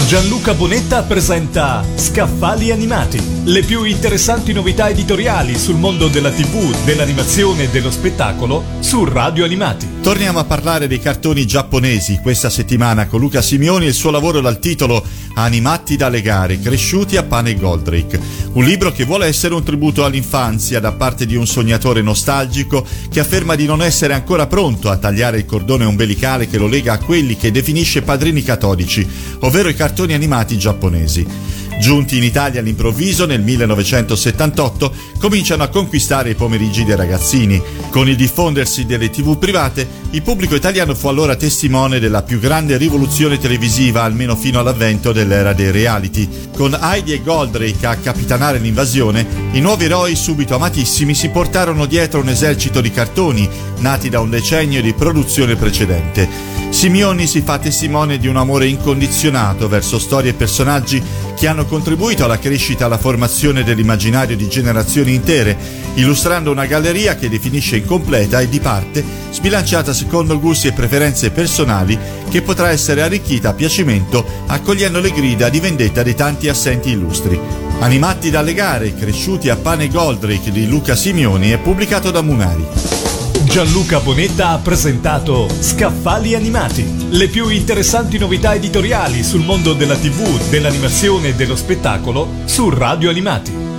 Gianluca Bonetta presenta Scaffali Animati, le più interessanti novità editoriali sul mondo della TV, dell'animazione e dello spettacolo su Radio Animati. Torniamo a parlare dei cartoni giapponesi questa settimana con Luca Simioni e il suo lavoro dal titolo Animati da legare, cresciuti a pane e Goldrake, un libro che vuole essere un tributo all'infanzia da parte di un sognatore nostalgico che afferma di non essere ancora pronto a tagliare il cordone ombelicale che lo lega a quelli che definisce padrini catodici, ovvero i cartoni animati giapponesi. Giunti in Italia all'improvviso nel 1978, cominciano a conquistare i pomeriggi dei ragazzini. Con il diffondersi delle TV private, il pubblico italiano fu allora testimone della più grande rivoluzione televisiva, almeno fino all'avvento dell'era dei reality. Con Heidi e Goldrake a capitanare l'invasione, i nuovi eroi subito amatissimi si portarono dietro un esercito di cartoni, nati da un decennio di produzione precedente. Simioni si fa testimone di un amore incondizionato verso storie e personaggi che hanno contribuito alla crescita e alla formazione dell'immaginario di generazioni intere, illustrando una galleria che definisce incompleta e di parte sbilanciata secondo gusti e preferenze personali, che potrà essere arricchita a piacimento accogliendo le grida di vendetta di tanti assenti illustri. Animati da legare, cresciuti a pane e Goldrake di Luca Simioni è pubblicato da Munari. Gianluca Bonetta ha presentato Scaffali Animati, le più interessanti novità editoriali sul mondo della TV, dell'animazione e dello spettacolo su Radio Animati.